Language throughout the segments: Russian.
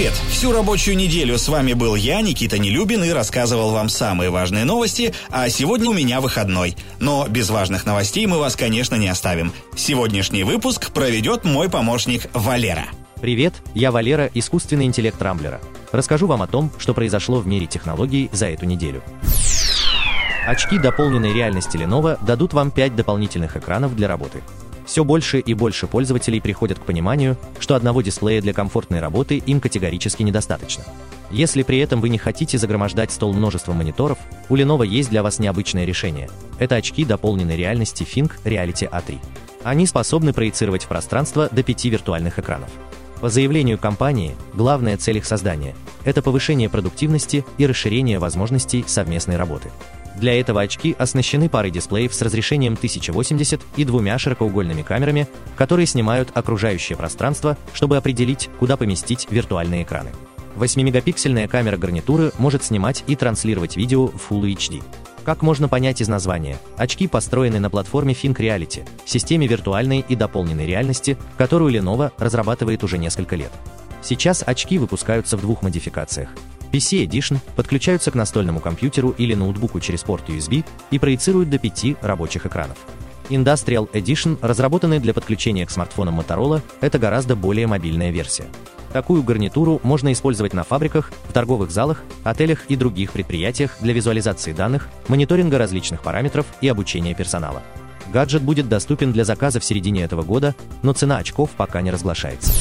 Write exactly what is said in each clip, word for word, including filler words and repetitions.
привет! Всю рабочую неделю с вами был я, Никита Нелюбин, и рассказывал вам самые важные новости, а сегодня у меня выходной. Но без важных новостей мы вас, конечно, не оставим. Сегодняшний выпуск проведет мой помощник Валера. Привет, я Валера, искусственный интеллект Рамблера. Расскажу вам о том, что произошло в мире технологий за эту неделю. Очки дополненной реальности Lenovo дадут вам пять дополнительных экранов для работы. Все больше и больше пользователей приходят к пониманию, что одного дисплея для комфортной работы им категорически недостаточно. Если при этом вы не хотите загромождать стол множеством мониторов, у Lenovo есть для вас необычное решение. Это очки дополненной реальности Think Reality а три. Они способны проецировать в пространство до пяти виртуальных экранов. По заявлению компании, главная цель их создания – это повышение продуктивности и расширение возможностей совместной работы. Для этого очки оснащены парой дисплеев с разрешением тысяча восемьдесят и двумя широкоугольными камерами, которые снимают окружающее пространство, чтобы определить, куда поместить виртуальные экраны. восьмимегапиксельная камера гарнитуры может снимать и транслировать видео в Full эйч ди. Как можно понять из названия, очки построены на платформе Think Reality, системе виртуальной и дополненной реальности, которую Lenovo разрабатывает уже несколько лет. Сейчас очки выпускаются в двух модификациях. пи си Edition подключаются к настольному компьютеру или ноутбуку через порт ю эс би и проецируют до пяти рабочих экранов. Industrial Edition, разработанный для подключения к смартфонам Motorola, это гораздо более мобильная версия. Такую гарнитуру можно использовать на фабриках, в торговых залах, отелях и других предприятиях для визуализации данных, мониторинга различных параметров и обучения персонала. Гаджет будет доступен для заказа в середине этого года, но цена очков пока не разглашается.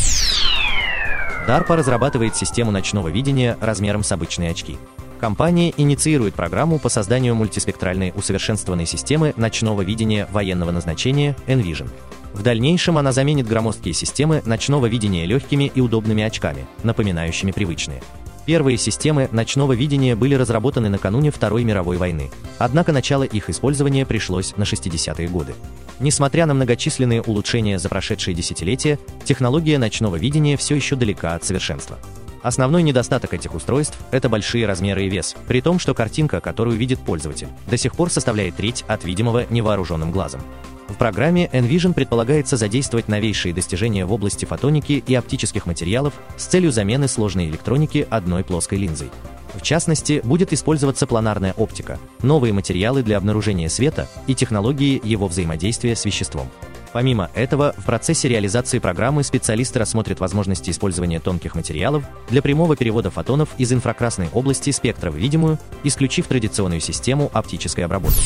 DARPA разрабатывает систему ночного видения размером с обычные очки. Компания инициирует программу по созданию мультиспектральной усовершенствованной системы ночного видения военного назначения Envision. В дальнейшем она заменит громоздкие системы ночного видения легкими и удобными очками, напоминающими привычные. Первые системы ночного видения были разработаны накануне Второй мировой войны, однако начало их использования пришлось на шестидесятые годы. Несмотря на многочисленные улучшения за прошедшие десятилетия, технология ночного видения все еще далека от совершенства. Основной недостаток этих устройств – это большие размеры и вес, при том, что картинка, которую видит пользователь, до сих пор составляет треть от видимого невооруженным глазом. В программе Envision предполагается задействовать новейшие достижения в области фотоники и оптических материалов с целью замены сложной электроники одной плоской линзой. В частности, будет использоваться планарная оптика, новые материалы для обнаружения света и технологии его взаимодействия с веществом. Помимо этого, в процессе реализации программы специалисты рассмотрят возможности использования тонких материалов для прямого перевода фотонов из инфракрасной области спектра в видимую, исключив традиционную систему оптической обработки.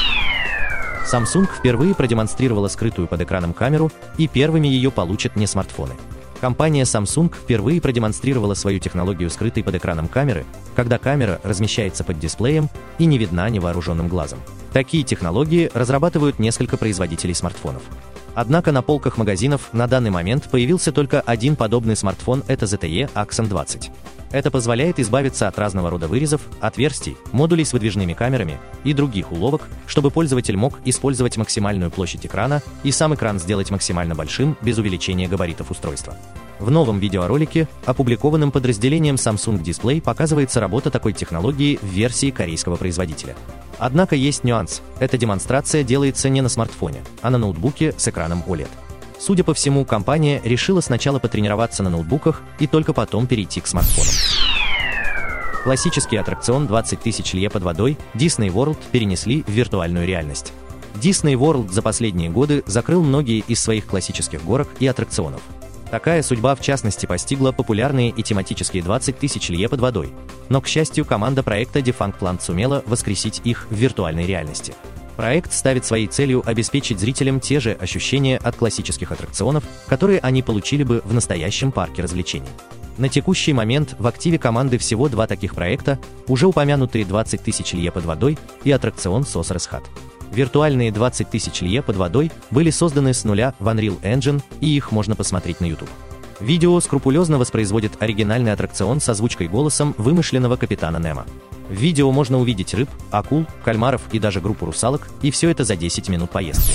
Samsung впервые продемонстрировала скрытую под экраном камеру, и первыми ее получат не смартфоны. Компания Samsung впервые продемонстрировала свою технологию скрытой под экраном камеры, когда камера размещается под дисплеем и не видна невооруженным глазом. Такие технологии разрабатывают несколько производителей смартфонов. Однако на полках магазинов на данный момент появился только один подобный смартфон – это зет те и Axon двадцать. Это позволяет избавиться от разного рода вырезов, отверстий, модулей с выдвижными камерами и других уловок, чтобы пользователь мог использовать максимальную площадь экрана и сам экран сделать максимально большим без увеличения габаритов устройства. В новом видеоролике, опубликованном подразделением Samsung Display, показывается работа такой технологии в версии корейского производителя. Однако есть нюанс – эта демонстрация делается не на смартфоне, а на ноутбуке с экраном о лед. Судя по всему, компания решила сначала потренироваться на ноутбуках и только потом перейти к смартфонам. Классический аттракцион двадцать тысяч лье под водой Disney World перенесли в виртуальную реальность. Disney World за последние годы закрыл многие из своих классических горок и аттракционов. Такая судьба, в частности, постигла популярные и тематические двадцать тысяч лье под водой. Но, к счастью, команда проекта Defunct Land сумела воскресить их в виртуальной реальности. Проект ставит своей целью обеспечить зрителям те же ощущения от классических аттракционов, которые они получили бы в настоящем парке развлечений. На текущий момент в активе команды всего два таких проекта, уже упомянутые двадцать тысяч лье под водой и аттракцион Sorcerer's Hat. Виртуальные двадцать тысяч лье под водой были созданы с нуля в Unreal Engine, и их можно посмотреть на YouTube. Видео скрупулезно воспроизводит оригинальный аттракцион с озвучкой голосом вымышленного капитана Немо. В видео можно увидеть рыб, акул, кальмаров и даже группу русалок, и все это за десять минут поездки.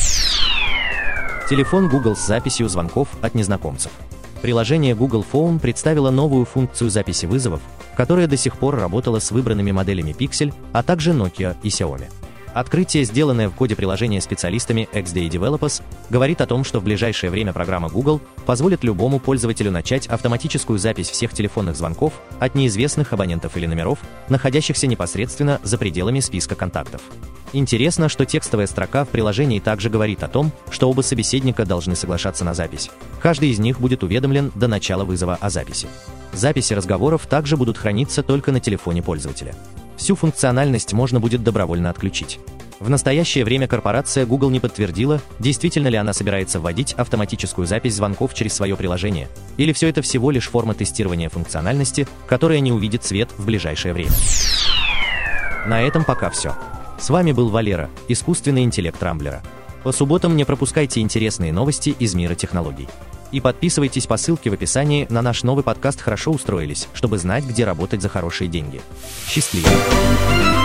Телефон Google с записью звонков от незнакомцев. Приложение Google Phone представило новую функцию записи вызовов, которая до сих пор работала с выбранными моделями Pixel, а также Nokia и Xiaomi. Открытие, сделанное в коде приложения специалистами икс ди эй Developers, говорит о том, что в ближайшее время программа Google позволит любому пользователю начать автоматическую запись всех телефонных звонков от неизвестных абонентов или номеров, находящихся непосредственно за пределами списка контактов. Интересно, что текстовая строка в приложении также говорит о том, что оба собеседника должны соглашаться на запись. Каждый из них будет уведомлен до начала вызова о записи. Записи разговоров также будут храниться только на телефоне пользователя. Всю функциональность можно будет добровольно отключить. В настоящее время корпорация Google не подтвердила, действительно ли она собирается вводить автоматическую запись звонков через свое приложение, или все это всего лишь форма тестирования функциональности, которая не увидит свет в ближайшее время. На этом пока все. С вами был Валера, искусственный интеллект Рамблера. По субботам не пропускайте интересные новости из мира технологий. И подписывайтесь по ссылке в описании на наш новый подкаст «Хорошо устроились», чтобы знать, где работать за хорошие деньги. Счастливо!